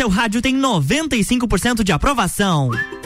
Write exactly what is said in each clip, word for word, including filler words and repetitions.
seu rádio tem noventa e cinco por cento de aprovação.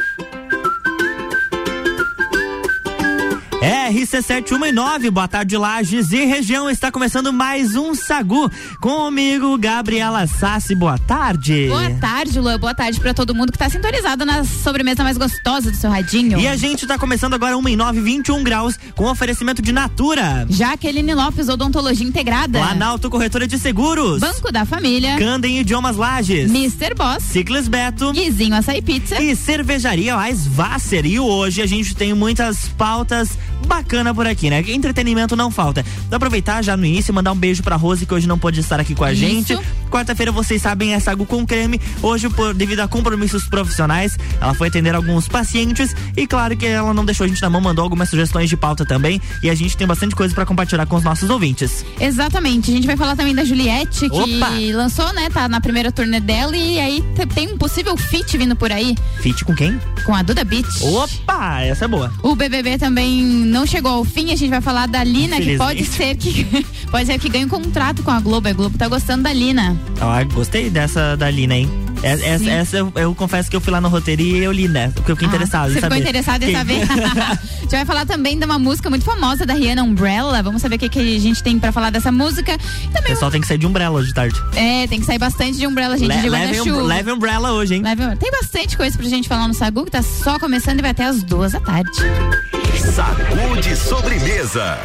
R C sete um nove, boa tarde, Lages e região, está começando mais um Sagu, comigo, Gabriela Sassi, boa tarde. Boa tarde, Luan, boa tarde pra todo mundo que tá sintonizado na sobremesa mais gostosa do seu radinho. E a gente tá começando agora uma em nove, vinte e um graus, com oferecimento de Natura, Jaqueline Lopes, Odontologia Integrada, Planalto Corretora de Seguros, Banco da Família, Candem Idiomas Lages, mister Boss, Ciclis Beto, Guizinho Açaí Pizza e Cervejaria Weisswasser. E hoje a gente tem muitas pautas bacana por aqui, né? Entretenimento não falta. Vou aproveitar já no início e mandar um beijo pra Rose, que hoje não pôde estar aqui com a Isso. gente. Quarta-feira, vocês sabem, é Sagu com creme. Hoje, por, devido a compromissos profissionais, ela foi atender alguns pacientes e claro que ela não deixou a gente na mão, mandou algumas sugestões de pauta também e a gente tem bastante coisa pra compartilhar com os nossos ouvintes. Exatamente, a gente vai falar também da Juliette, que Opa. lançou, né, tá na primeira turnê dela e aí tem um possível feat vindo por aí. Feat com quem? Com a Duda Beat. Opa, essa é boa. O B B B também não chegou ao fim, a gente vai falar da Lina, que pode ser que pode ser que ganhe um contrato com a Globo. A Globo tá gostando da Lina. Ah, gostei dessa da Lina, hein? Essa, essa eu, eu confesso que eu fui lá no roteiro e eu li, né? Porque eu fiquei Ah, interessado você em saber. ficou interessado em Quem? saber? A gente vai falar também de uma música muito famosa da Rihanna, Umbrella. Vamos saber o que, que a gente tem pra falar dessa música. E O também pessoal tem que sair de Umbrella hoje de tarde. É, tem que sair bastante de Umbrella, gente. Le, de leve, um, leve Umbrella hoje, hein? Leve, tem bastante coisa pra gente falar no Sagu, que tá só começando e vai até as duas da tarde. Sagu de sobremesa.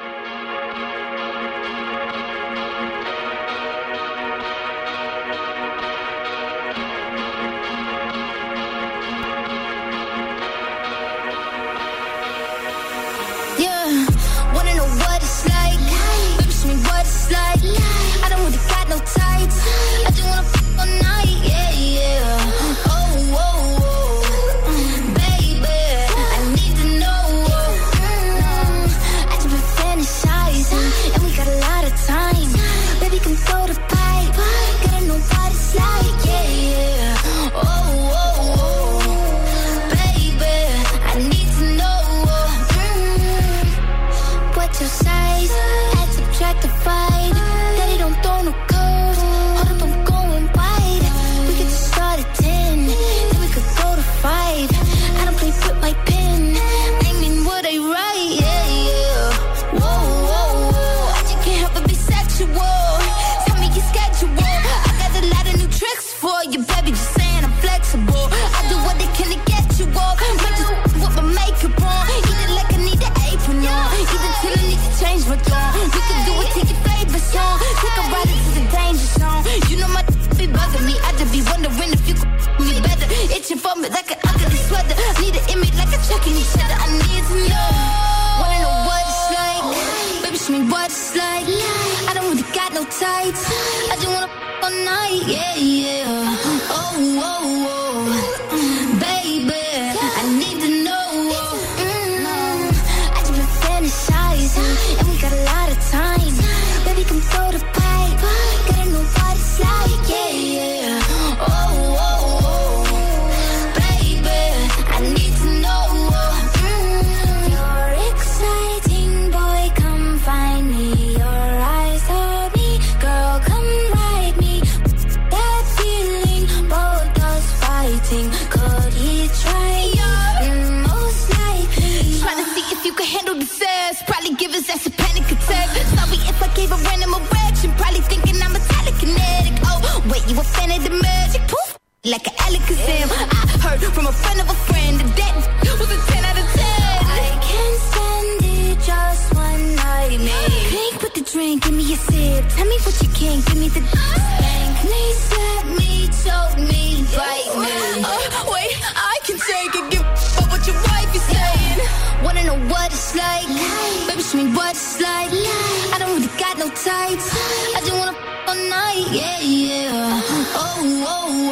Like an Alakazam, I heard from a friend of a friend that that was a ten out of ten. I can't stand it, just one night, man. Drink with the drink, give me a sip. Tell me what you can, give me the spank me, slap me, choke me, bite me. Uh, wait, I can take it, give up what your wife is saying. Wanna know what it's like? Baby, show me what it's like. I don't really got no tights. I just wanna all night, yeah, yeah. Oh, oh,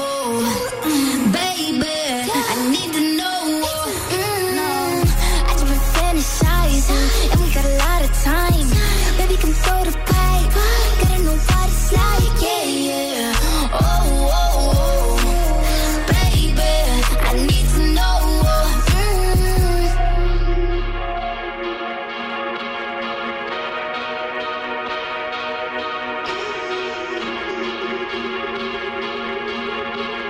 oh, baby, I need to know. Mm, no, I just been fantasizing, and we got a lot of time. Baby, come throw the pipe. Gotta know what it's like, yeah, yeah. Oh, oh, oh, baby, I need to know. Mm.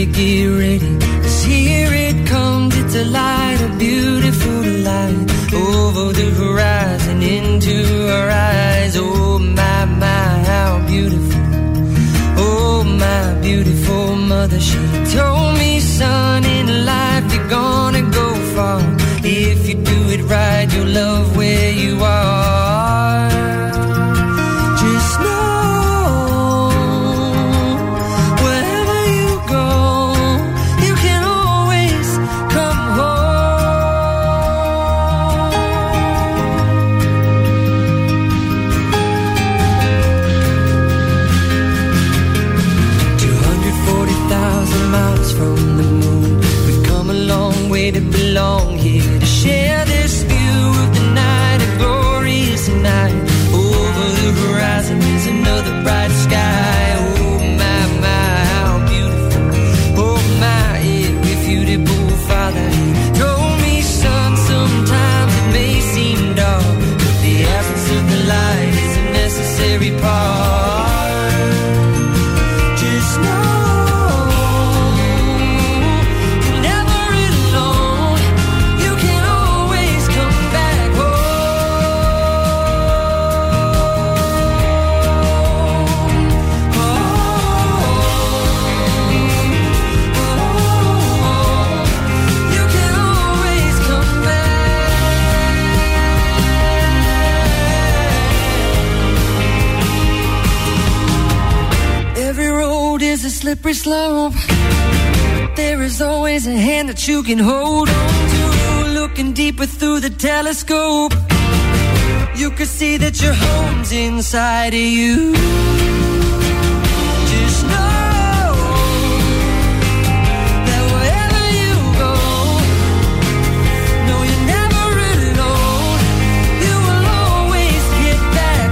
ready, get ready. 'Cause here it comes, it's a light, a beautiful light. Over the horizon, into our eyes. Oh my, my, how beautiful. Oh my beautiful mother, she told me, son, in life you're gonna go far. If you do it right, you'll love where you are. Just know, wherever you go, you can always come home. two hundred forty thousand miles from the moon, we've come a long way to belong here. Share this view of the night, a glorious night. Over the horizon is another bright sky. Oh my, my, how beautiful. Oh my, irrefutable Father, he told me, son, sometimes it may seem dark, but the absence of the light is a necessary part. Just know a slippery slope, but there is always a hand that you can hold on to. Looking deeper through the telescope, you can see that your home's inside of you. Just know that wherever you go, no, you're never alone. You will always get back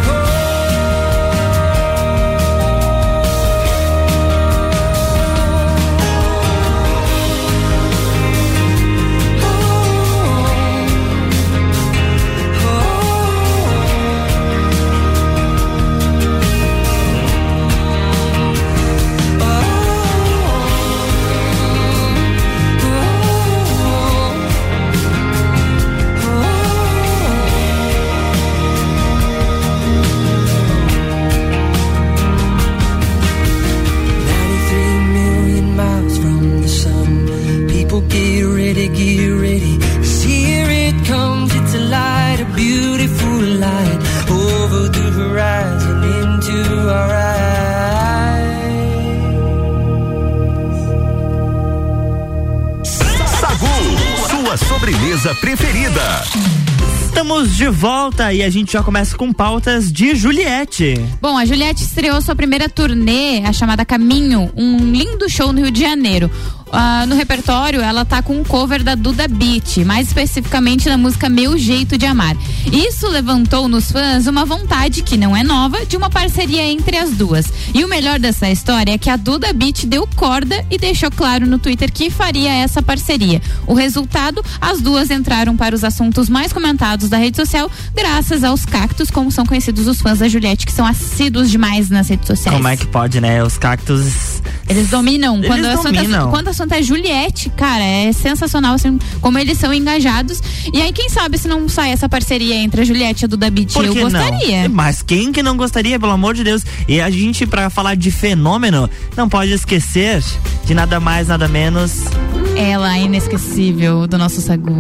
sobremesa preferida. Estamos de volta e a gente já começa com pautas de Juliette. Bom, a Juliette estreou sua primeira turnê, a chamada Caminho, um lindo show no Rio de Janeiro. Uh, no repertório, ela tá com um cover da Duda Beat, mais especificamente na música Meu Jeito de Amar. Isso levantou nos fãs uma vontade, que não é nova, de uma parceria entre as duas. E o melhor dessa história é que a Duda Beat deu corda e deixou claro no Twitter que faria essa parceria. O resultado, as duas entraram para os assuntos mais comentados da rede social, graças aos cactos, como são conhecidos os fãs da Juliette, que são assíduos demais nas redes sociais. Como é que pode, né? Os cactos... Eles dominam. Eles quando, dominam. A quando a assunto é Juliette, cara, é sensacional, assim, como eles são engajados. E aí, quem sabe se não sai essa parceria entre a Juliette e a Duda Beat? Eu gostaria. Não? Mas quem que não gostaria, pelo amor de Deus? E a gente, pra falar de fenômeno, não pode esquecer de nada mais, nada menos... Ela, inesquecível, do nosso Sagu.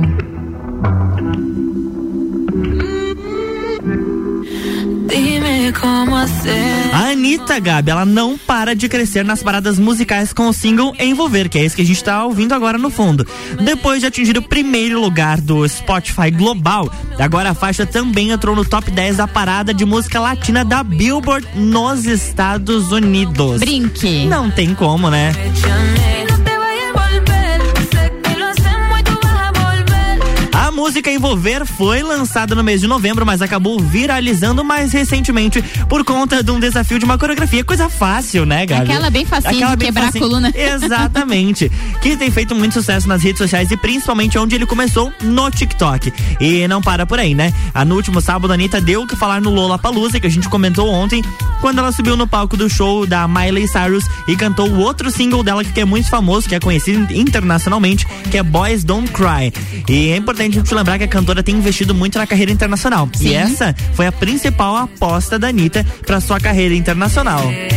A Anitta, Gabi, ela não para de crescer nas paradas musicais com o single Envolver, que é esse que a gente tá ouvindo agora no fundo. Depois de atingir o primeiro lugar do Spotify Global, agora a faixa também entrou no top dez da parada de música latina da Billboard nos Estados Unidos. Brinque. Não tem como, né? A música Envolver foi lançada no mês de novembro, mas acabou viralizando mais recentemente por conta de um desafio de uma coreografia. Coisa fácil, né, Gabi? Aquela bem facinho Aquela de bem quebrar facinho. A coluna. Exatamente. Que tem feito muito sucesso nas redes sociais e principalmente onde ele começou, no TikTok. E não para por aí, né? Ah, no último sábado, a Anitta deu o que falar no Lollapalooza, que a gente comentou ontem, quando ela subiu no palco do show da Miley Cyrus e cantou o outro single dela que é muito famoso, que é conhecido internacionalmente, que é Boys Don't Cry. E é importante a gente lembrar que a cantora tem investido muito na carreira internacional. Sim. E essa foi a principal aposta da Anitta para sua carreira internacional.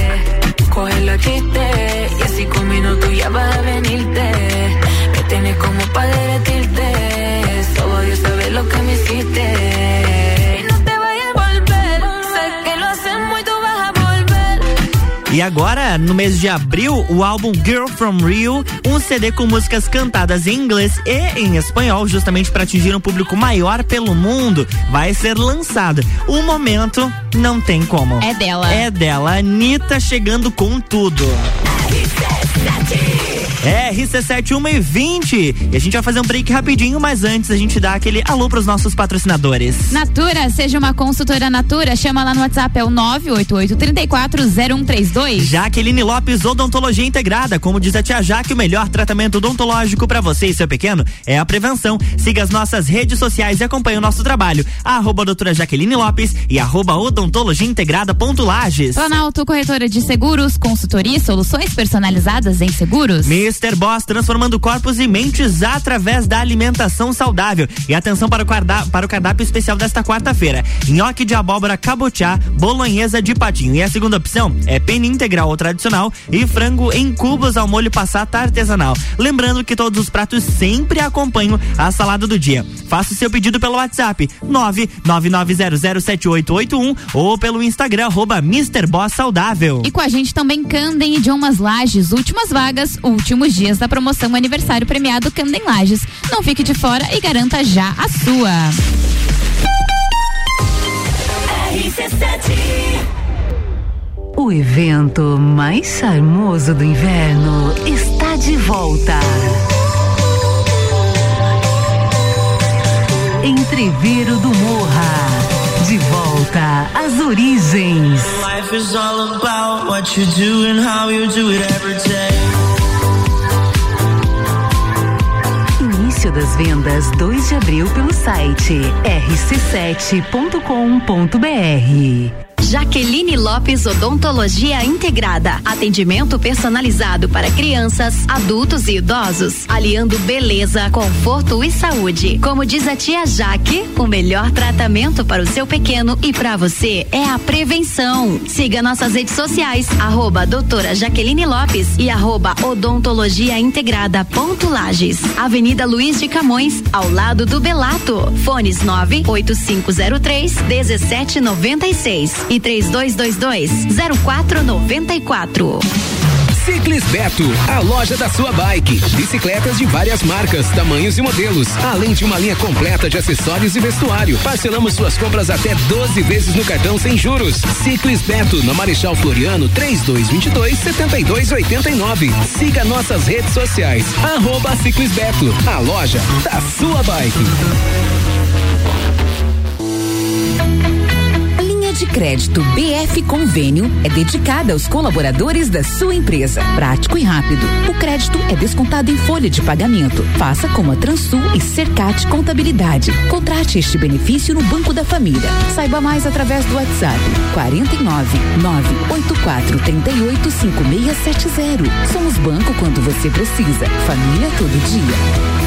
E agora, no mês de abril, o álbum Girl From Rio, um C D com músicas cantadas em inglês e em espanhol, justamente para atingir um público maior pelo mundo, vai ser lançado. O momento não tem como. É dela. É dela. Anitta chegando com tudo. É, R C sete, uma e vinte. E a gente vai fazer um break rapidinho, mas antes a gente dá aquele alô pros nossos patrocinadores. Natura, seja uma consultora Natura, chama lá no WhatsApp, é o nove oito oito, três quatro zero um três dois. Jaqueline Lopes, Odontologia Integrada. Como diz a tia Jaque, o melhor tratamento odontológico pra você e seu pequeno é a prevenção. Siga as nossas redes sociais e acompanhe o nosso trabalho. Arroba doutora Jaqueline Lopes e arroba odontologia integrada ponto Lages. Planalto Corretora de Seguros, consultoria e soluções personalizadas em seguros. mister Boss, transformando corpos e mentes através da alimentação saudável. E atenção para o, cardápio, para o cardápio especial desta quarta-feira: nhoque de abóbora cabotiá, bolonhesa de patinho. E a segunda opção é penne integral ou tradicional e frango em cubos ao molho passata artesanal. Lembrando que todos os pratos sempre acompanham a salada do dia. Faça o seu pedido pelo WhatsApp nove nove nove zero zero sete oito oito um ou pelo Instagram arroba mister Boss Saudável. E com a gente também Candem Idiomas Lages, últimas vagas, últimos dias da promoção aniversário premiado Candem Lages. Não fique de fora e garanta já a sua. R C sete. O evento mais charmoso do inverno está de volta. Entreveiro do Morra. De volta às origens. Life is all about what you do and how you do it every day. Início das vendas dois de abril pelo site r c sete ponto com ponto b r. Jaqueline Lopes Odontologia Integrada. Atendimento personalizado para crianças, adultos e idosos, aliando beleza, conforto e saúde. Como diz a tia Jaque, o melhor tratamento para o seu pequeno e para você é a prevenção. Siga nossas redes sociais, arroba doutora Jaqueline Lopes e arroba odontologia integrada ponto Lages. Avenida Luiz de Camões, ao lado do Belato. Fones nove oito cinco zero três um sete nove seis e três dois dois dois zero quatro nove quatro. Ciclis Beto, a loja da sua bike. Bicicletas de várias marcas, tamanhos e modelos, além de uma linha completa de acessórios e vestuário. Parcelamos suas compras até doze vezes no cartão sem juros. Ciclis Beto, na Marechal Floriano, três dois dois dois, sete dois oito nove. Siga nossas redes sociais, arroba Ciclis Beto, a loja da sua bike. De crédito B F Convênio é dedicada aos colaboradores da sua empresa. Prático e rápido. O crédito é descontado em folha de pagamento. Faça como a Transul e Cercat Contabilidade. Contrate este benefício no Banco da Família. Saiba mais através do WhatsApp quarenta e nove, nove oito quatro, trinta e oito, cinco seis sete zero. Somos banco quando você precisa. Família todo dia.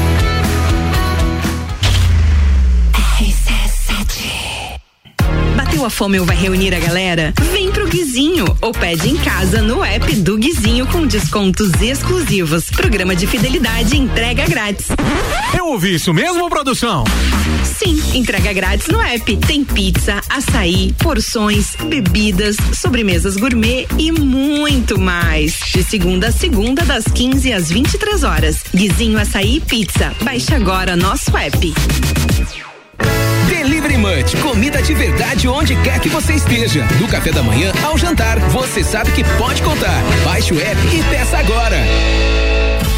Bateu a fome ou vai reunir a galera? Vem pro Guizinho ou pede em casa no app do Guizinho com descontos exclusivos. Programa de fidelidade e entrega grátis. Eu ouvi isso mesmo, produção? Sim, entrega grátis no app. Tem pizza, açaí, porções, bebidas, sobremesas gourmet e muito mais. De segunda a segunda, das quinze às vinte e três horas. Guizinho Açaí e Pizza. Baixe agora nosso app. Delivery Munch, comida de verdade onde quer que você esteja. Do café da manhã ao jantar, você sabe que pode contar. Baixe o app e peça agora.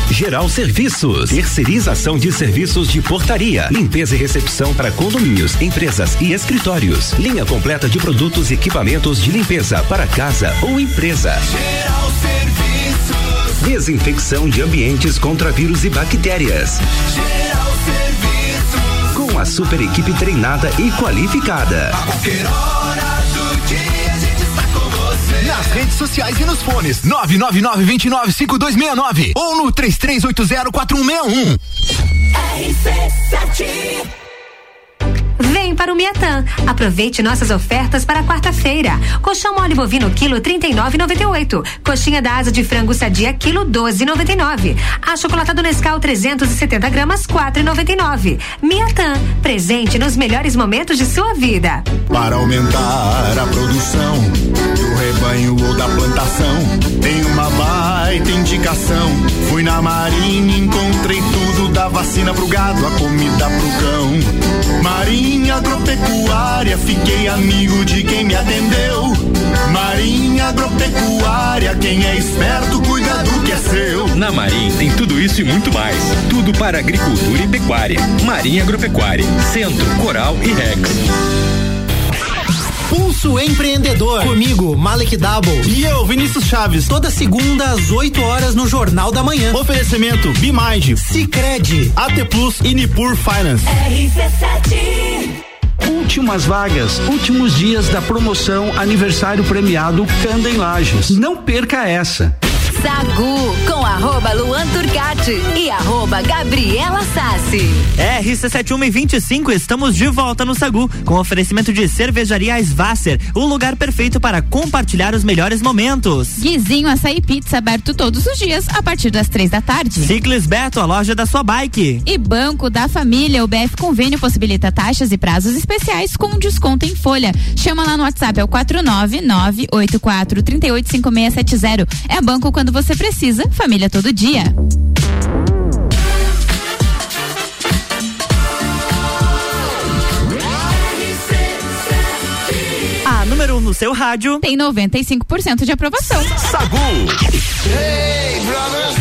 Geral Serviços, terceirização de serviços de portaria, limpeza e recepção para condomínios, empresas e escritórios. Linha completa de produtos e equipamentos de limpeza para casa ou empresa. Geral Serviços. Desinfecção de ambientes contra vírus e bactérias. Geral Serviços. Com a super equipe treinada e qualificada. A qualquer hora do dia a gente está com você. Nas redes sociais e nos fones nove nove nove, dois nove, cinco dois seis nove ou no três três oito zero, quatro um seis um. R C sete. Vem para o Miatã. Aproveite nossas ofertas para quarta-feira. Colchão mole bovino quilo trinta e nove e noventa e oito. Coxinha da asa de frango sadia quilo doze e noventa e nove. Achocolatado Nescau trezentos e setenta gramas quatro e noventa e nove. Miatã, presente nos melhores momentos de sua vida. Para aumentar a produção do rebanho ou da plantação, tem uma baita indicação. Fui na Marinha, encontrei tudo da vacina pro gado, a comida pro cão. Marinha Agropecuária, fiquei amigo de quem me atendeu. Marinha Agropecuária, quem é esperto cuida do que é seu. Na Marinha tem tudo isso e muito mais. Tudo para agricultura e pecuária. Marinha Agropecuária, Centro, Coral e Rex. Pulso Empreendedor. Comigo, Malek Double. E eu, Vinícius Chaves. Toda segunda às oito horas no Jornal da Manhã. Oferecimento Bimind, Sicredi, A T Plus e Nipur Finance. R C sete. Últimas vagas, últimos dias da promoção Aniversário Premiado Canda em Lages. Não perca essa. Sagu, com arroba Luan Turcati e arroba Gabriela Sassi. R C sete um e vinte e cinco, estamos de volta no Sagu, com oferecimento de Cervejaria Svasser, o lugar perfeito para compartilhar os melhores momentos. Guizinho Açaí Pizza, aberto todos os dias, a partir das três da tarde. Ciclis Beto, a loja da sua bike. E Banco da Família, o B F Convênio possibilita taxas e prazos especiais com desconto em folha. Chama lá no WhatsApp, é o quatro nove nove oito quatro três oito cinco seis sete zero. É banco quando você precisa, família todo dia. A número um no seu rádio tem noventa e cinco por cento de aprovação. Sagu. Hey, brothers.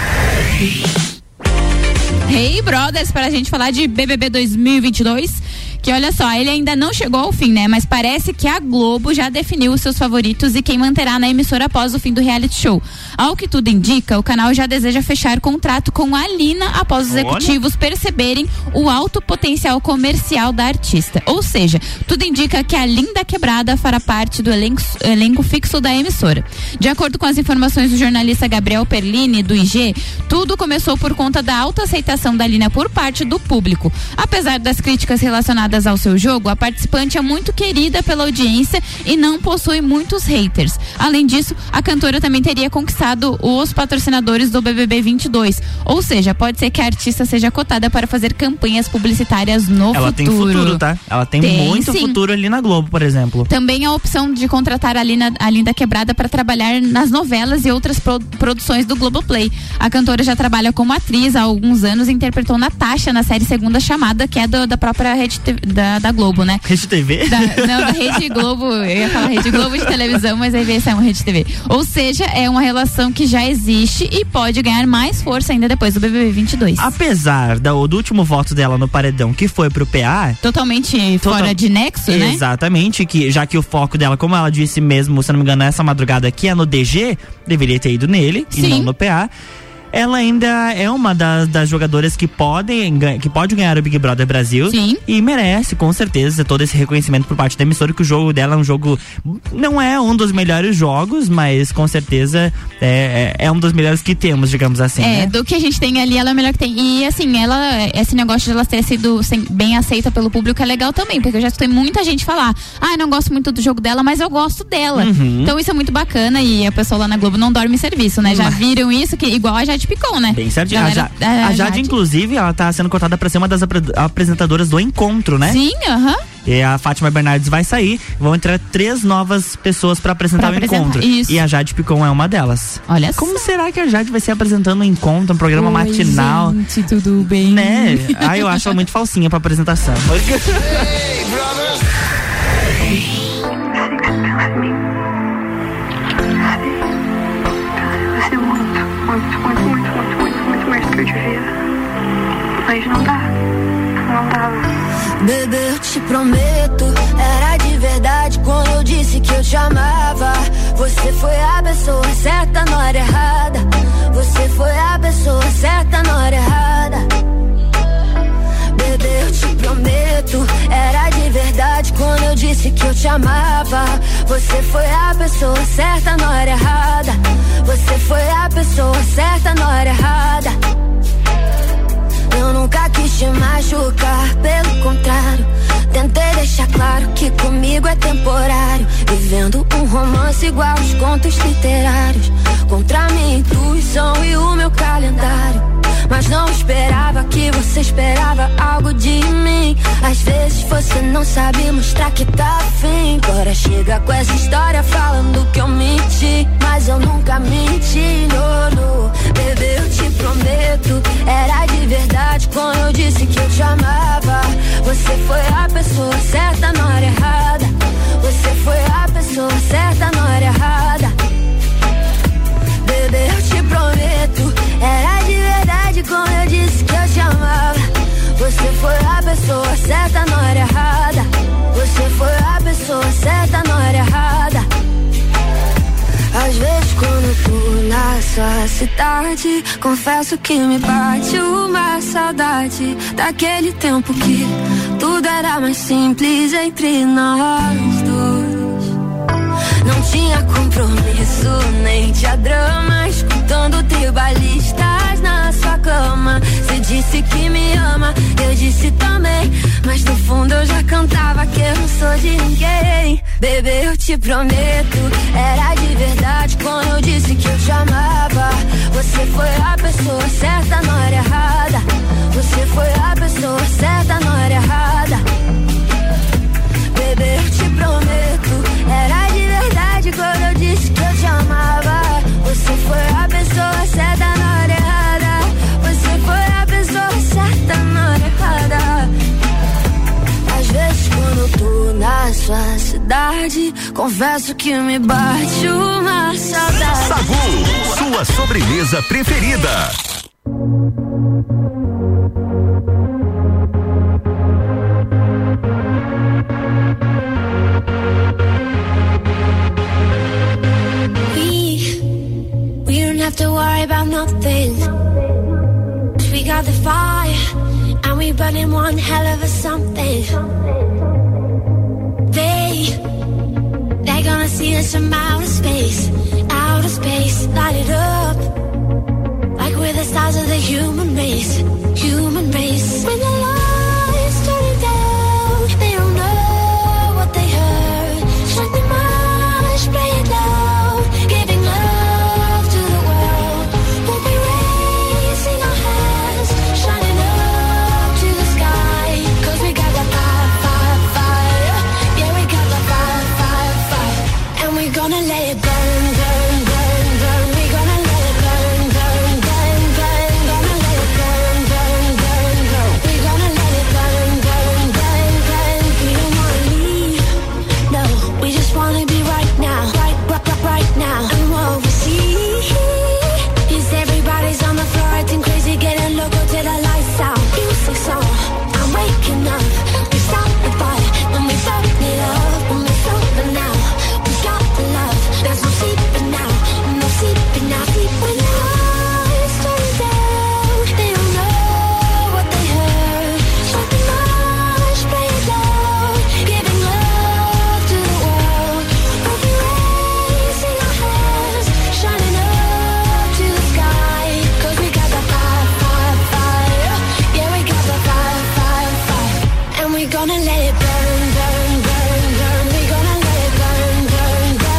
Hey Brothers, para a gente falar de B B B dois mil e vinte e dois, que olha só, ele ainda não chegou ao fim, né? Mas parece que a Globo já definiu os seus favoritos e quem manterá na emissora após o fim do reality show. Ao que tudo indica, o canal já deseja fechar contrato com a Alina após os executivos olha. perceberem o alto potencial comercial da artista. Ou seja, tudo indica que a Linda Quebrada fará parte do elenco, elenco fixo da emissora. De acordo com as informações do jornalista Gabriel Perlini, do I G, tudo começou por conta da alta aceitação da Alina por parte do público. Apesar das críticas relacionadas ao seu jogo, a participante é muito querida pela audiência e não possui muitos haters. Além disso, a cantora também teria conquistado os patrocinadores do B B B vinte e dois. Ou seja, pode ser que a artista seja cotada para fazer campanhas publicitárias no Ela futuro. Ela tem futuro, tá? Ela tem, tem muito sim. futuro ali na Globo, por exemplo. Também a opção de contratar a, Lina, a Linda Quebrada para trabalhar nas novelas e outras pro, produções do Globoplay. A cantora já trabalha como atriz há alguns anos e interpretou Natasha na série Segunda Chamada, que é do, da própria Rede T V, da, da Globo, né? Rede T V? Da, não, da Rede Globo, eu ia falar Rede Globo de televisão, mas aí veio essa é uma Rede T V. Ou seja, é uma relação que já existe e pode ganhar mais força ainda depois do B B B vinte e dois. Apesar do, do último voto dela no paredão, que foi pro P A... Totalmente total, fora de nexo, exatamente, né? Exatamente, que, já que o foco dela, como ela disse mesmo, se não me engano, essa madrugada aqui é no D G, deveria ter ido nele Sim. e não no P A. Ela ainda é uma das, das jogadoras que podem que pode ganhar o Big Brother Brasil. Sim. E merece, com certeza, todo esse reconhecimento por parte da emissora, que o jogo dela é um jogo, não é um dos melhores jogos, mas com certeza é, é, é um dos melhores que temos, digamos assim. É, né? Do que a gente tem ali, ela é o melhor que tem. E assim, ela, esse negócio de ela ter sido bem aceita pelo público é legal também, porque eu já escutei muita gente falar, ah, eu não gosto muito do jogo dela, mas eu gosto dela. Uhum. Então isso é muito bacana e a pessoa lá na Globo não dorme em serviço, né? Já mas... viram isso, que igual a Jade Picon, né? Bem certinho. A, ja, a, a Jade, Jade, inclusive, ela tá sendo cotada pra ser uma das apre, apresentadoras do Encontro, né? Sim, aham. Uh-huh. E a Fátima Bernardes vai sair, vão entrar três novas pessoas pra apresentar pra o Encontro. Isso. E a Jade Picon é uma delas. Olha Como só. será que a Jade vai ser apresentando o Encontro, um programa Oi, matinal? Gente, tudo bem? Né? Ah, eu acho ela muito falsinha pra apresentação. Hey, brothers. Você muito, muito, muito, muito, muito, muito. mas não dá, não dá. Bebê, eu te prometo, era de verdade quando eu disse que eu te amava. Você foi a pessoa certa na hora errada. Você foi a pessoa certa na hora errada. Bebê, eu te prometo, era de verdade quando eu disse que eu te amava. Você foi a pessoa certa na hora errada. Você foi a pessoa certa na hora errada. Eu nunca quis te machucar, pelo contrário, tentei deixar claro que comigo é temporário. Vivendo um romance igual aos contos literários, contra minha intuição e o meu calendário. Mas não esperava que você esperava algo de mim. Às vezes você não sabe mostrar que tá afim. Agora chega com essa história falando que eu menti, mas eu nunca menti, no, no. Bebê, eu te prometo, era de verdade quando eu disse que eu te amava. Você foi a pessoa certa na hora errada. Você foi a pessoa certa na hora errada. Bebê, eu te prometo, era de verdade quando eu disse que eu te amava. Você foi a pessoa certa na hora errada. Você foi a pessoa certa na hora errada. Às vezes quando eu tô na sua cidade, confesso que me bate uma saudade daquele tempo que tudo era mais simples entre nós dois. Não tinha compromisso, nem tinha drama, escutando tribalistas na sua cama. Você disse que me ama, eu disse também, mas no fundo eu já cantava que eu não sou de ninguém. Bebê, eu te prometo, era de verdade quando eu disse que eu te amava. Você foi a pessoa certa na hora errada. Você foi a pessoa certa na hora errada. Bebê, eu te prometo, era de verdade quando eu disse que eu te amava. Você foi a pessoa certa na hora errada. Você foi a pessoa certa na hora errada. Às vezes quando eu tô na sua cidade, confesso que me bate uma saudade. Sagu, sua sobremesa preferida. Have to worry about nothing. We got the fire and we burning one hell of a something. They, they're gonna see us from outer space, outer space, light it up like we're the stars of the human race, human race. When the lights turn down, they don't know what they heard. Shut the marsh, play it loud, giving love. Gonna let it burn, burn, burn, burn. We gonna let it burn, burn, burn, burn. Gonna let it burn, burn, burn, burn. We gonna let it burn, burn, burn, burn. We don't wanna leave, no. We just wanna be right now, right, right, right, right now. And what we see is everybody's on the floor acting crazy, getting loco till the lights out. Music song, I'm waking up. We stop the fire, then we burn it up. When we sober now. There's no sleeping now, no sleeping now. Sleep when the lights turn down. They don't know what they heard. Shut the marsh, play it loud, giving love to the world. We'll be raising our hands, shining up to the sky. Cause we got the fire, fire, fire. Yeah, we got the fire, fire, fire. And we're gonna let it burn, burn, burn, burn. We're gonna let it burn, burn, burn.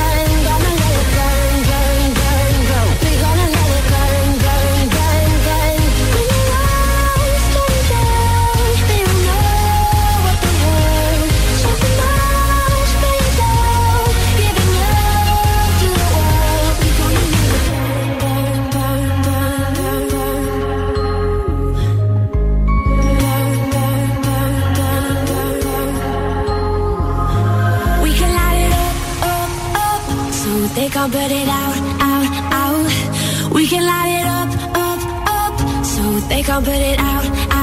They can't put it out, out, out. We can light it up, up, up. So they can't put it out, out.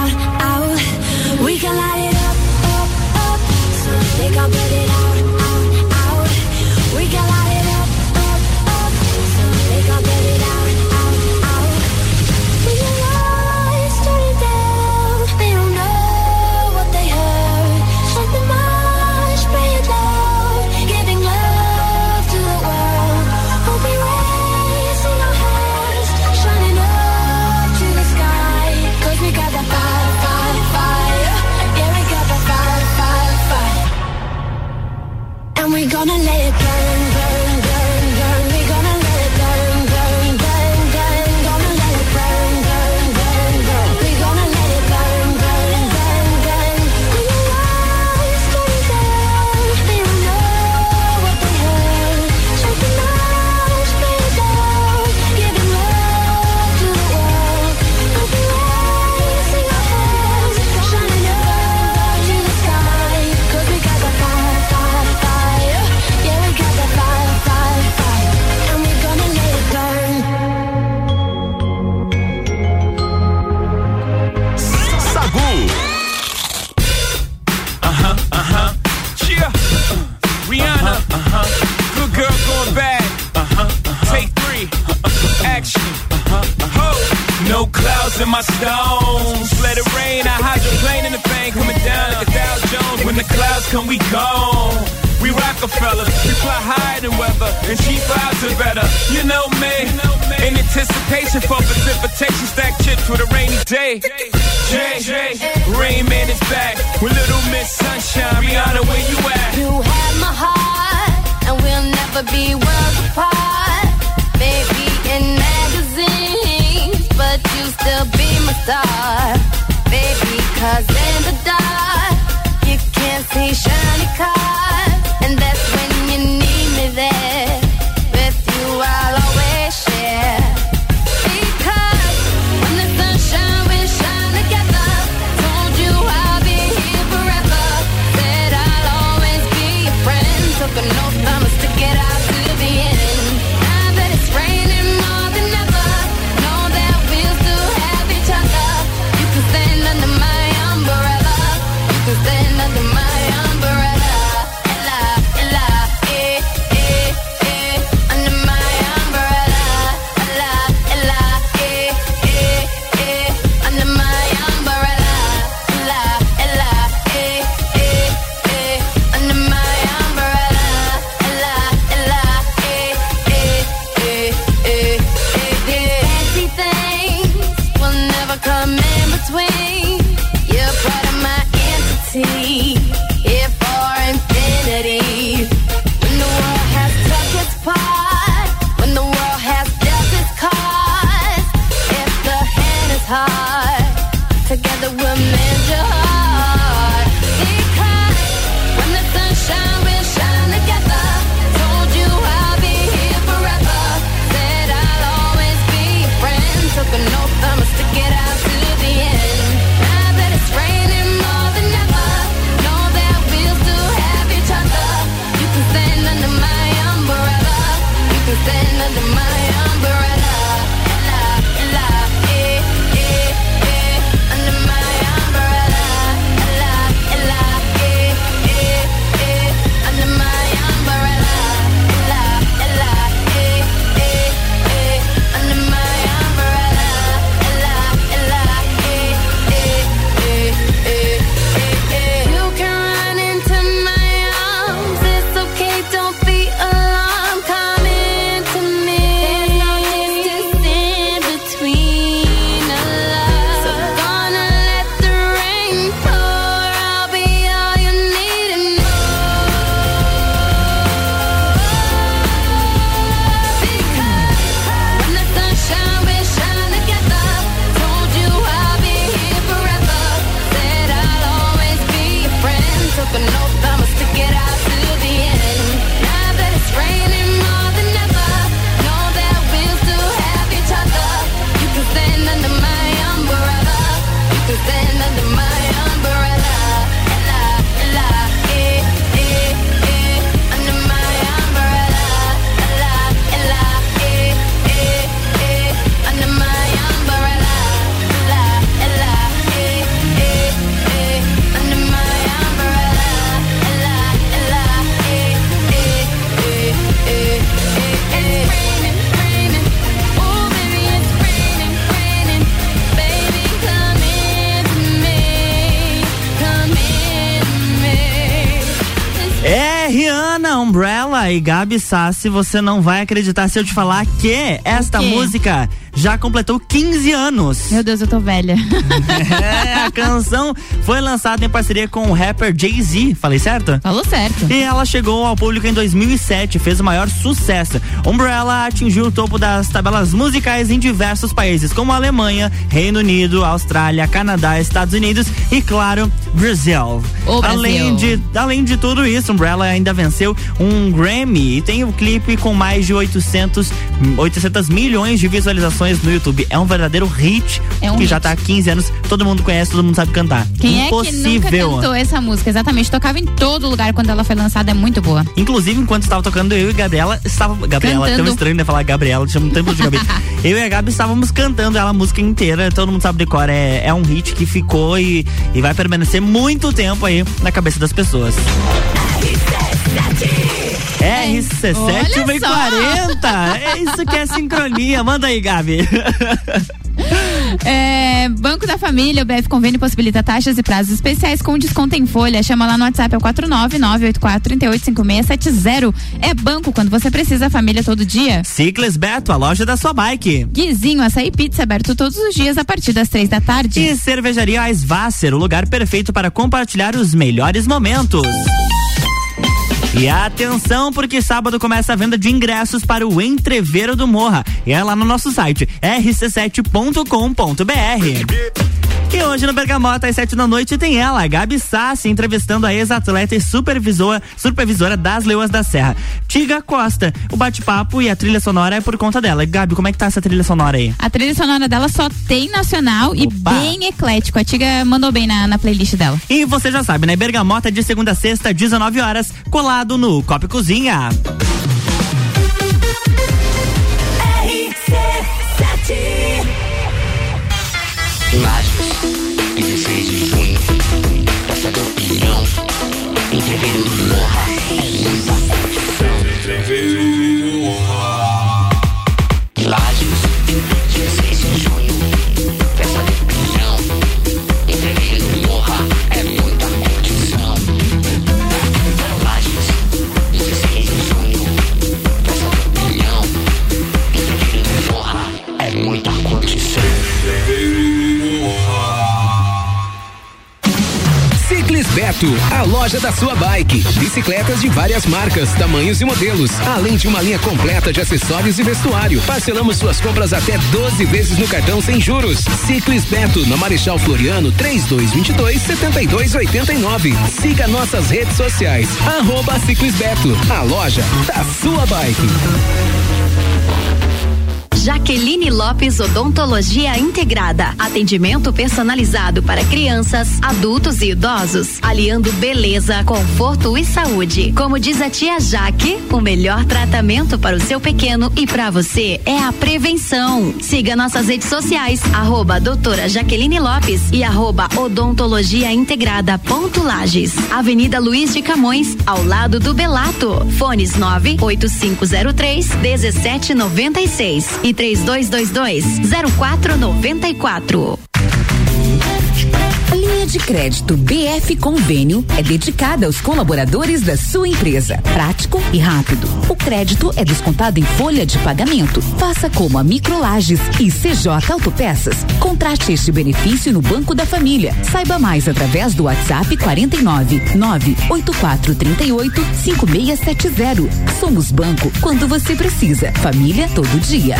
in my stones. Let it rain, I hydroplane in the thing, coming down like a Dow Jones. When the clouds come, we gone. We Rockefellers, we fly higher than weather, and cheap vibes are better. You know me, in anticipation for precipitation, stack chips with a rainy day. Jay, Rain Man is back with Little Miss Sunshine. Rihanna, where you at? You have my heart, and we'll never be worlds apart. Maybe in magazines, but you still be my star. Baby, cause in the dark, you can't see shiny cars. And that's when you need me there. With you I'll always share. Because when the sun shines, we shine together. Told you I'll be here forever. Said I'll always be your friend. Took an oath, I'ma stick it out to the end. Now that it's raining more than ever, know that we'll still have each other. You can stand under my umbrella. You can stand under my umbrella. Here for infinity. When the world has took its part, when the world has dealt its cards, if the hand is hard, together we'll mend your heart. Because when the sun shines, we'll shine together. Told you I'll be here forever. Said I'll always be your friend. Took an oath, I'ma stick it out to the end. Now that it's raining more than ever, know that we'll still have each other. You can stand under my umbrella. You can stand under my umbrella. Ella, Ella, eh, eh, eh, under my umbrella. Ella, Ella, eh, eh, eh, under my umbrella. Ella, Ella, eh, eh, eh, under my umbrella. Ella, Ella, eh, eh, eh, eh, eh, eh. You can run into my arms. It's okay, don't be alarmed. Come into me. There's no distance in between us. So gonna let the rain pour. I'll be all you need and more. Because when the sun shines, we shine together. Told you I'll be here forever. Said I'll always be your friend. Took an oath, I'ma stick it out to the end. Now that it's raining more than ever, know that we'll still have each other. You can stand under my umbrella. You can stand under my umbrella. Ella, Ella, eh, eh, eh, under my umbrella. Ella, Ella, eh, eh, eh, under my umbrella. Ella, Ella, eh, eh, eh, under my umbrella. Ella, Ella, eh, eh, eh, eh, eh, eh. It's raining, raining. Oh, baby, it's raining, raining. Baby, come into me. Come into me. É Rihanna, Umbrella e Gabi Sassi. Você não vai acreditar se eu te falar que esta quê? música já completou quinze anos. Meu Deus, eu tô velha. É, a canção foi lançada em parceria com o rapper Jay-Z, falei certo? Falou certo. E ela chegou ao público em dois mil e sete, fez o maior sucesso. Umbrella atingiu o topo das tabelas musicais em diversos países, como Alemanha, Reino Unido, Austrália, Canadá, Estados Unidos e, claro, Brasil. O Brasil. Além de, além de tudo isso, Umbrella ainda venceu um Grammy e tem o um clipe com mais de oitocentos milhões de visualizações no YouTube. É um verdadeiro hit É um que hit. já tá há quinze anos, todo mundo conhece, todo mundo sabe cantar. Quem Impossível. é que nunca cantou essa música? Exatamente, tocava em todo lugar quando ela foi lançada, é muito boa. Inclusive, enquanto estava tocando, eu e Gabriela estava. Gabriela, é Cantando. tão estranho, né? Falar Gabriela, chama um tempo de Gabi. Eu e a Gabi estávamos cantando ela a música inteira, todo mundo sabe de cor. É, é um hit que ficou e, e vai permanecer muito tempo aí na cabeça das pessoas. R C sete Olha vem só. quarenta. É isso que é sincronia. Manda aí, Gabi. É, Banco da Família, o B F Convênio possibilita taxas e prazos especiais com desconto em folha. Chama lá no WhatsApp, é o quatro nove nove oito quatro três oito cinco seis sete zero. É banco quando você precisa, família todo dia. Ciclis Beto, a loja da sua bike. Guizinho, açaí pizza aberto todos os dias a partir das três da tarde. E Cervejaria Svasser, o lugar perfeito para compartilhar os melhores momentos. E atenção, porque sábado começa a venda de ingressos para o Entreveiro do Morra. E é lá no nosso site, r c sete ponto com ponto b r. E hoje no Bergamota, às sete da noite, tem ela, a Gabi Sassi, entrevistando a ex-atleta e supervisora, supervisora das Leoas da Serra, Tiga Costa. O bate-papo e a trilha sonora é por conta dela. Gabi, como é que tá essa trilha sonora aí? A trilha sonora dela só tem nacional. Opa. E bem eclético. A Tiga mandou bem na, na playlist dela. E você já sabe, né? Bergamota de segunda a sexta, dezenove horas, colado no Copa e Cozinha. R C sete dezesseis de junho, Praça da Opinião, Entreveiro do Morra, é muita Lages, dezesseis de junho, Praça da Opinião, Entreveiro do Morra, é muita curtição. Lages, dezesseis de junho, Praça da Opinião, Entreveiro do Morra, é muita curtição. Ciclis Beto, a loja da sua bike. Bicicletas de várias marcas, tamanhos e modelos, além de uma linha completa de acessórios e vestuário. Parcelamos suas compras até doze vezes no cartão sem juros. Ciclis Beto, na Marechal Floriano, três dois dois dois, sete dois oito nove. Siga nossas redes sociais, arroba Ciclis Beto, a loja da sua bike. Jaqueline Lopes Odontologia Integrada. Atendimento personalizado para crianças, adultos e idosos, aliando beleza, conforto e saúde. Como diz a tia Jaque, o melhor tratamento para o seu pequeno e para você é a prevenção. Siga nossas redes sociais, arroba doutora Jaqueline Lopes e arroba odontologia integrada ponto Lages. Avenida Luiz de Camões, ao lado do Belato. Fones nove oito cinco zero três, um sete nove seis e três dois dois dois, zero quatro nove quatro. A linha de crédito B F Convênio é dedicada aos colaboradores da sua empresa. Prático e rápido. O crédito é descontado em folha de pagamento. Faça como a Microlages e C J Autopeças. Contrate este benefício no Banco da Família. Saiba mais através do WhatsApp quarenta e nove, nove oito quatro três oito, cinco seis sete zero. Somos banco quando você precisa. Família todo dia.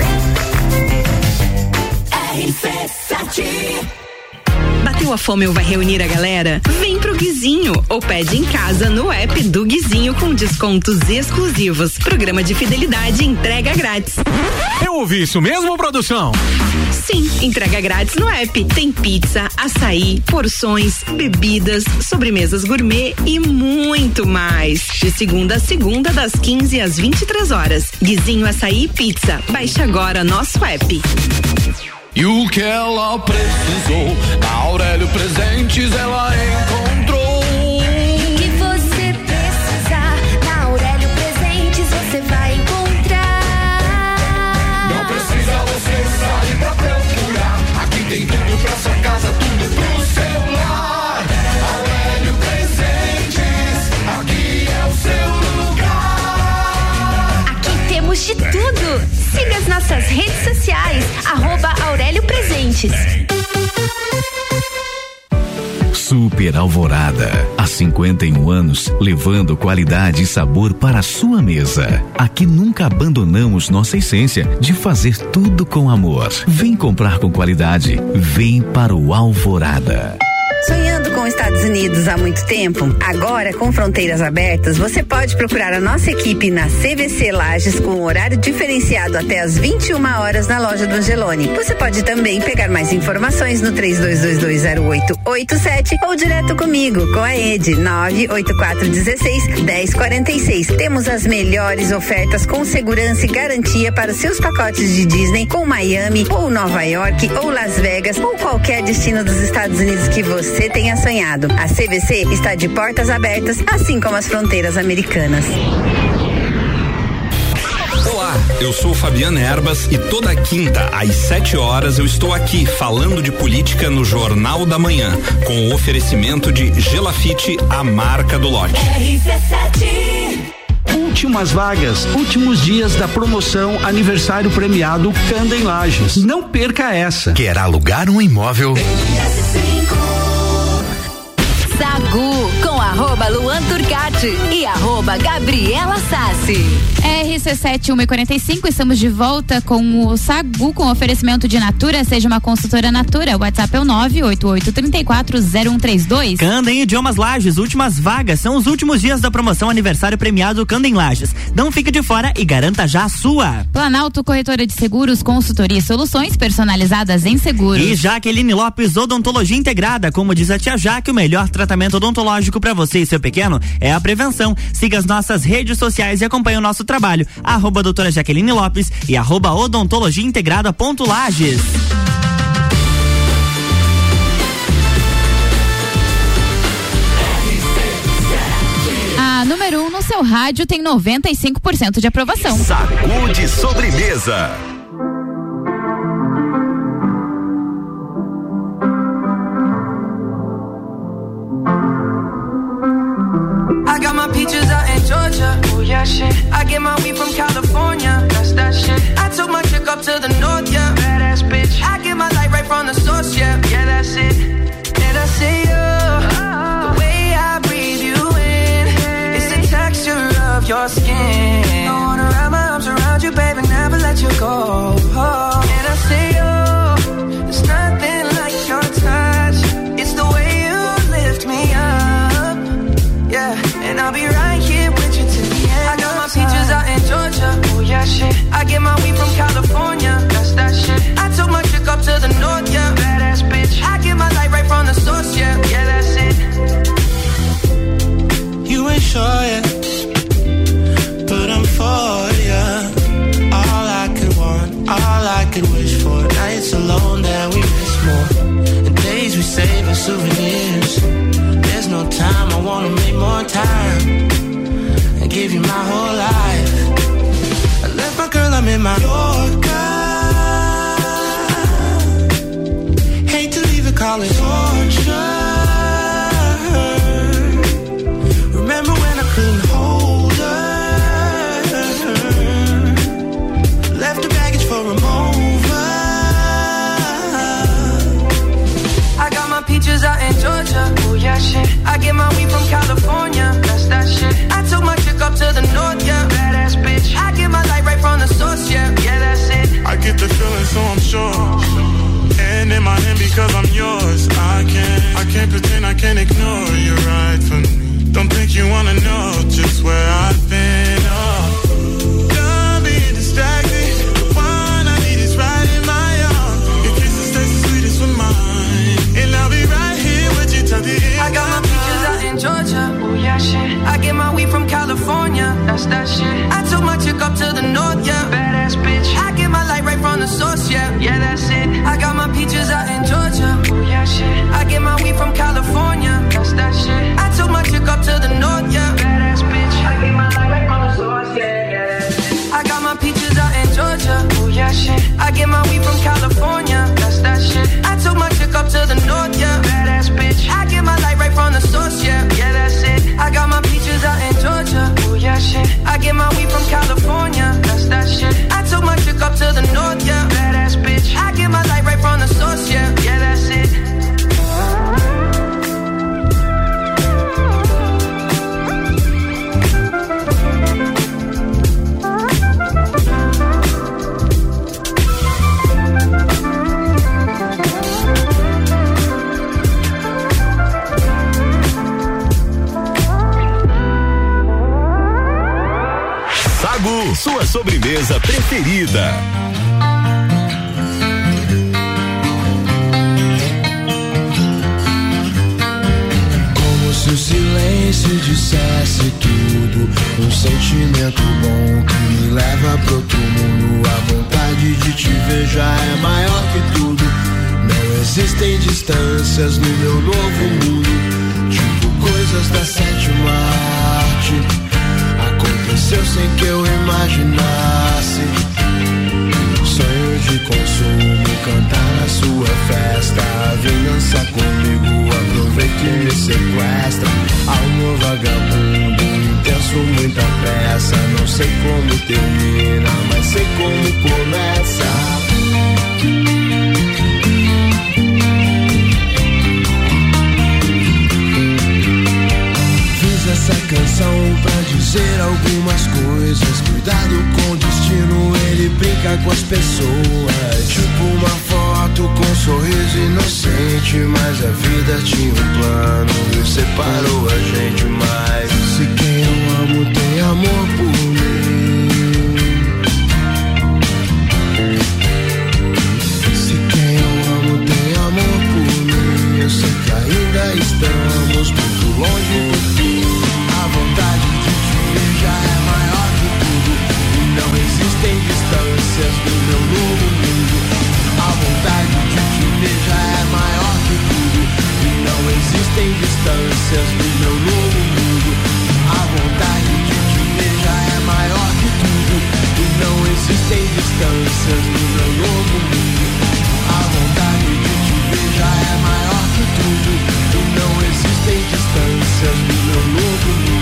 R C sete. Bateu a fome ou vai reunir a galera? Vem pro Guizinho ou pede em casa no app do Guizinho com descontos exclusivos. Programa de fidelidade e entrega grátis. Eu ouvi isso mesmo, produção? Sim, entrega grátis no app. Tem pizza, açaí, porções, bebidas, sobremesas gourmet e muito mais. De segunda a segunda, das quinze às vinte e três horas. Guizinho Açaí e Pizza. Baixe agora nosso app. E o que ela precisou, na Aurélio Presentes ela encontrou. O que você precisar, na Aurélio Presentes você vai encontrar. Não precisa você sair pra procurar. Aqui tem tudo pra sua casa, tudo pro seu lar. Aurélio Presentes, aqui é o seu lugar. Aqui temos de tudo. Siga as nossas redes sociais, arroba Aurélio Presentes. Super Alvorada, há cinquenta e um anos, levando qualidade e sabor para a sua mesa. Aqui nunca abandonamos nossa essência de fazer tudo com amor. Vem comprar com qualidade, vem para o Alvorada. Sonhando com os Estados Unidos há muito tempo? Agora, com fronteiras abertas, você pode procurar a nossa equipe na C V C Lages com horário diferenciado até às vinte e uma horas na loja do Angelone. Você pode também pegar mais informações no três dois dois dois zero oito oito sete ou direto comigo, com a Ed, nove oito quatro um seis, um zero quatro seis. Temos as melhores ofertas com segurança e garantia para os seus pacotes de Disney com Miami ou Nova York ou Las Vegas ou qualquer destino dos Estados Unidos que você você tenha sonhado. A C V C está de portas abertas, assim como as fronteiras americanas. Olá, Olá, eu sou Fabiana Erbas e toda quinta às sete horas eu estou aqui falando de política no Jornal da Manhã, com o oferecimento de Gelafite, a marca do lote. R C sete. Últimas vagas, últimos dias da promoção aniversário premiado Canda em Lages. Não perca essa. Quer alugar um imóvel? Sagu com arroba Luan Turcati e arroba Gabriela Sassi. R C sete uma e quarenta e cinco, estamos de volta com o Sagu com oferecimento de Natura, seja uma consultora Natura. O WhatsApp é o nove oito oito três quatro zero um três dois. Canda em Idiomas Lages, últimas vagas, são os últimos dias da promoção aniversário premiado Canda em Lages. Não fique de fora e garanta já a sua. Planalto Corretora de Seguros, consultoria e soluções personalizadas em seguros. E Jaqueline Lopes, Odontologia Integrada, como diz a tia Jaque, o melhor tratamento odontológico para você e seu pequeno é a prevenção. Siga as nossas redes sociais e acompanhe o nosso trabalho. Arroba doutora Jaqueline Lopes e arroba odontologia integrada ponto Lages. A número um no seu rádio tem noventa e cinco por cento de aprovação. Sacude sobremesa. I got my peaches out in Georgia. Oh yeah, shit. I get my weed from California. That's that shit. I took my chick up to the north, yeah. Badass bitch. I get my light right from the source, yeah. Yeah, that's it. And I say, oh, the way I breathe you in is the texture of your skin. I wanna wrap my arms around you, baby, never let you go. Oh. And I say, oh, there's nothing like your touch. It's the way you lift me up. Yeah, and I'll be right here with you till the end. I got my peaches out in Georgia. Oh yeah, shit. I get my weed from California. That's that shit. I took my chick up to the north, yeah. Badass bitch. I get my light right from the source, yeah. Yeah, that's it. You ain't sure yet, but I'm for ya. All I could want, all I could wish for. Nights alone that we miss more, and days we save as souvenirs. There's no time, I wanna make more time and give you my whole life. I left my girl, I'm in my Yorker. Hate to leave it, call it torture. Remember when I couldn't hold her? Left the baggage for a mover. I got my peaches out in Georgia. Oh yeah, shit. I get my weed from California. That's that shit. I took my chick up to the north, yeah. Badass bitch. I get my light right from the source, yeah. Yeah, that's it. I get the feeling, so I'm sure. And in my hand because I'm yours. I can't, I can't pretend, I can't ignore you right from me. Don't think you wanna know just where I've been. Oh, done being distracted. The one I need is right in my arms. Your kisses taste the sweetest with mine, and I'll be right here with you till the end. I got my peaches out in Georgia. Oh yeah, shit. I get my weed from California. That's that shit. I took my chick up to the north, yeah. Badass bitch. I get my light right from the source, yeah. Yeah, that's it. I got my peaches out in Georgia. Oh yeah, shit. I get my weed from California. That's that shit. I took my chick up to the north, yeah. Badass bitch. I get my light right from the source, yeah. Yeah, that's it. I got my peaches out in Georgia. Oh yeah, shit. I get my weed from California. That's that shit. I took my chick up to the north, yeah. Badass bitch. I get my light right from the source, yeah. Yeah, that's it. I got my peaches out in Georgia. Oh yeah, shit. I get my weed from California. That's that shit. I took my chick up to the north, yeah. Badass bitch. I get my light right from the source, yeah. Yeah, that's it. Sagu, sua sobremesa preferida. Como se o silêncio dissesse tudo, um sentimento bom que me leva pro outro mundo. A vontade de te ver já é maior que tudo. Não existem distâncias no meu novo mundo, tipo coisas da sétima arte. Aconteceu sem que eu imaginasse. festa. Amor vagabundo, intenso, muita pressa. Não sei como termina, mas sei como começa. Fiz essa canção pra dizer algumas coisas. Cuidado com o destino, ele brinca com as pessoas. Tipo uma foto com um sorriso inocente, mas a vida tinha um plano e separou a gente mais. Se quem eu amo tem amor por mim, se quem eu amo tem amor por mim, eu sei que ainda estamos muito longe do fim. A vontade de te ver já é maior que tudo, e não existem distâncias no meu novo mundo. A vontade de te ver já é maior que tudo, e não existem distâncias no meu novo mundo. A vontade de te ver já é maior que tudo, e não existem distâncias no meu novo mundo. A vontade de te ver já é maior que tudo, e não existem distâncias no meu novo mundo.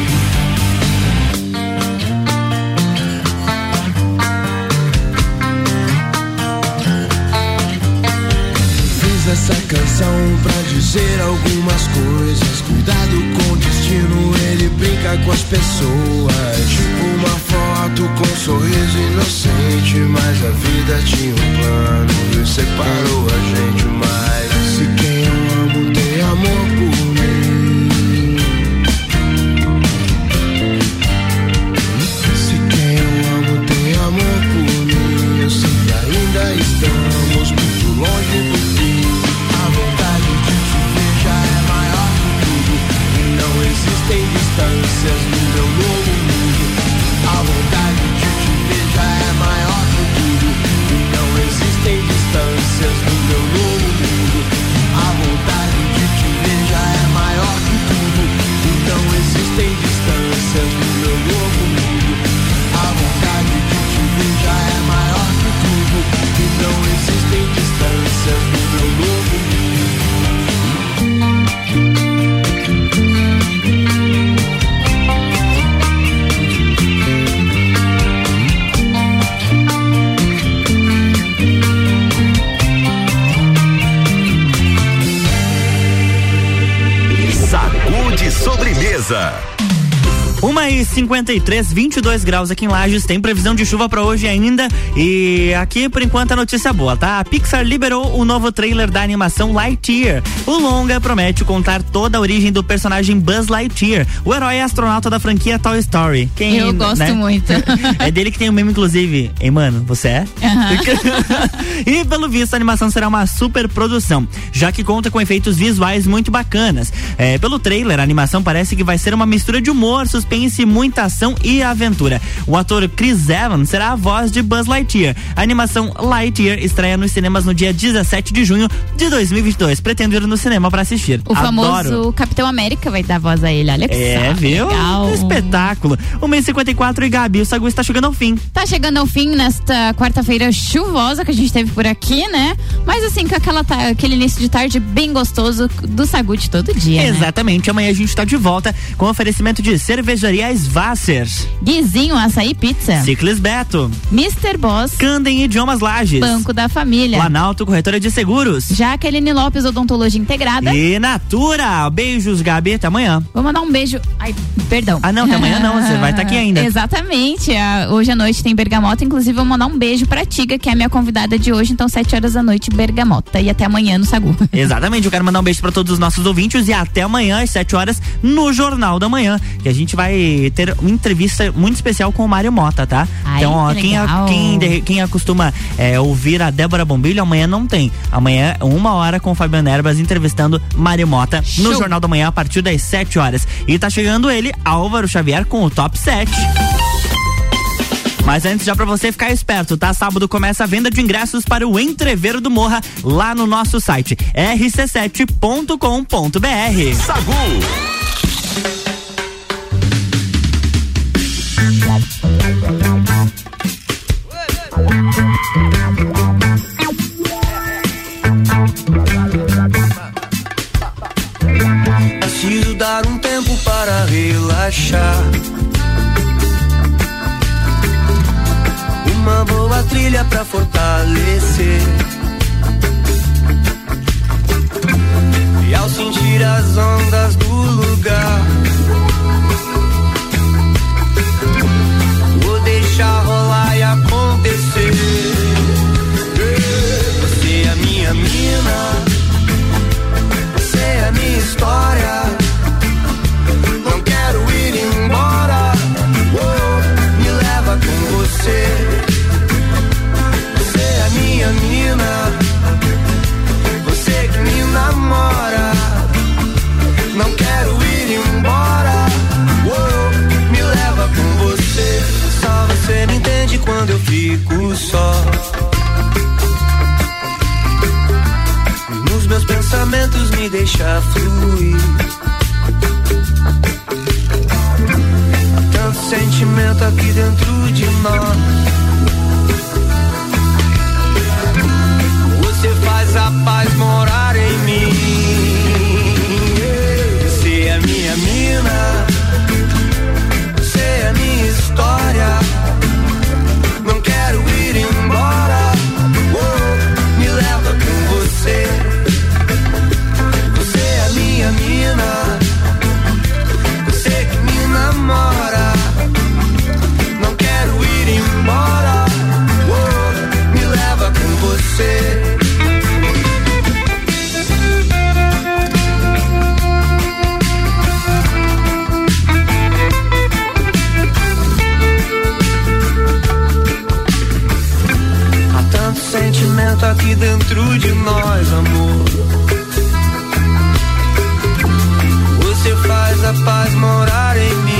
Essa canção pra dizer algumas coisas. Cuidado com o destino, ele brinca com as pessoas. Tipo uma foto com um sorriso inocente, mas a vida tinha um plano e separou a gente mais. Se quem eu amo tem amor por mim, se quem eu amo tem amor por mim, eu sei que ainda estamos muito longe do fim. Existem distâncias no meu novo mundo. A vontade de te ver já é maior que tudo, e não existem distâncias no meu novo mundo. A vontade de te ver já é maior que tudo, e não existem distâncias no meu novo mundo. A vontade de te ver já é maior que tudo, e não existem distâncias no meu novo mundo. Sacude sobremesa. uma e cinquenta e três, vinte e dois graus aqui em Lages, tem previsão de chuva pra hoje ainda, e aqui por enquanto a notícia boa, tá? A Pixar liberou o novo trailer da animação Lightyear. O longa promete contar toda a origem do personagem Buzz Lightyear, o herói astronauta da franquia Toy Story. Quem, Eu gosto né? muito. É dele que tem o meme, inclusive. Ei, mano, você é? Uhum. E pelo visto a animação será uma super produção, já que conta com efeitos visuais muito bacanas. É, pelo trailer, a animação parece que vai ser uma mistura de humor, suspense, muita ação e aventura. O ator Chris Evans será a voz de Buzz Lightyear. A animação Lightyear estreia nos cinemas no dia dezessete de junho de dois mil e vinte e dois. Pretendo ir no cinema pra assistir. O Adoro. famoso Capitão América vai dar voz a ele, olha que É, só, viu? legal. Espetáculo. uma e cinquenta e quatro e Gabi, o Sagu está chegando ao fim. Tá chegando ao fim nesta quarta-feira chuvosa que a gente teve por aqui, né? Mas assim, com aquela, aquele início de tarde bem gostoso do Sagu de todo dia, né? Exatamente. Amanhã a gente tá de volta com oferecimento de cervejaria Svasser, Guizinho Açaí Pizza, Ciclis Beto, mister Boss, Candem Idiomas Lages, Banco da Família, Planalto Corretora de Seguros, Jaqueline Lopes Odontologia Integrada e Natura. Beijos, Gabi, até amanhã. Vou mandar um beijo. Ai, perdão. Ah, não, até amanhã não, você vai estar tá aqui ainda. Exatamente. Ah, hoje à noite tem Bergamota, inclusive vou mandar um beijo pra Tiga, que é a minha convidada de hoje, então sete horas da noite, Bergamota. E até amanhã no Sagu. Exatamente, eu quero mandar um beijo pra todos os nossos ouvintes e até amanhã às sete horas no Jornal da Manhã, que a gente vai ter uma entrevista muito especial com o Mário Mota, tá? Ai, então, ó, que quem, a, quem, quem acostuma é, ouvir a Débora Bombilho, amanhã não tem. Amanhã, uma hora com o Fabiano Erbas entrevistando Mário Mota no Show. Jornal da Manhã a partir das sete horas. E tá chegando ele, Álvaro Xavier, com o Top sete. Mas antes, já pra você ficar esperto, tá? Sábado começa a venda de ingressos para o Entreveiro do Morra lá no nosso site r c sete ponto com ponto b r. Sagu. Preciso dar quero um tempo para relaxar. Uma boa trilha pra fortalecer. E ao sentir as ondas do lugar, vou deixar rolar e acontecer. Você é a minha mina, você é a minha história. Não quero ir embora, oh, me leva com você. Você é a minha mina, você que me namora. Não quero ir embora, oh, me leva com você. Só você me entende quando eu fico só. Nos meus pensamentos me deixa fluir. Tanto sentimento aqui dentro de nós. Você faz a paz morar em mim. Você é minha mina, você é minha história. Não quero ir embora, oh, me leva com você. Você é minha mina, você que me namora. Não quero ir embora, oh, me leva com você. Sentimento aqui dentro de nós, amor. Você faz a paz morar em mim.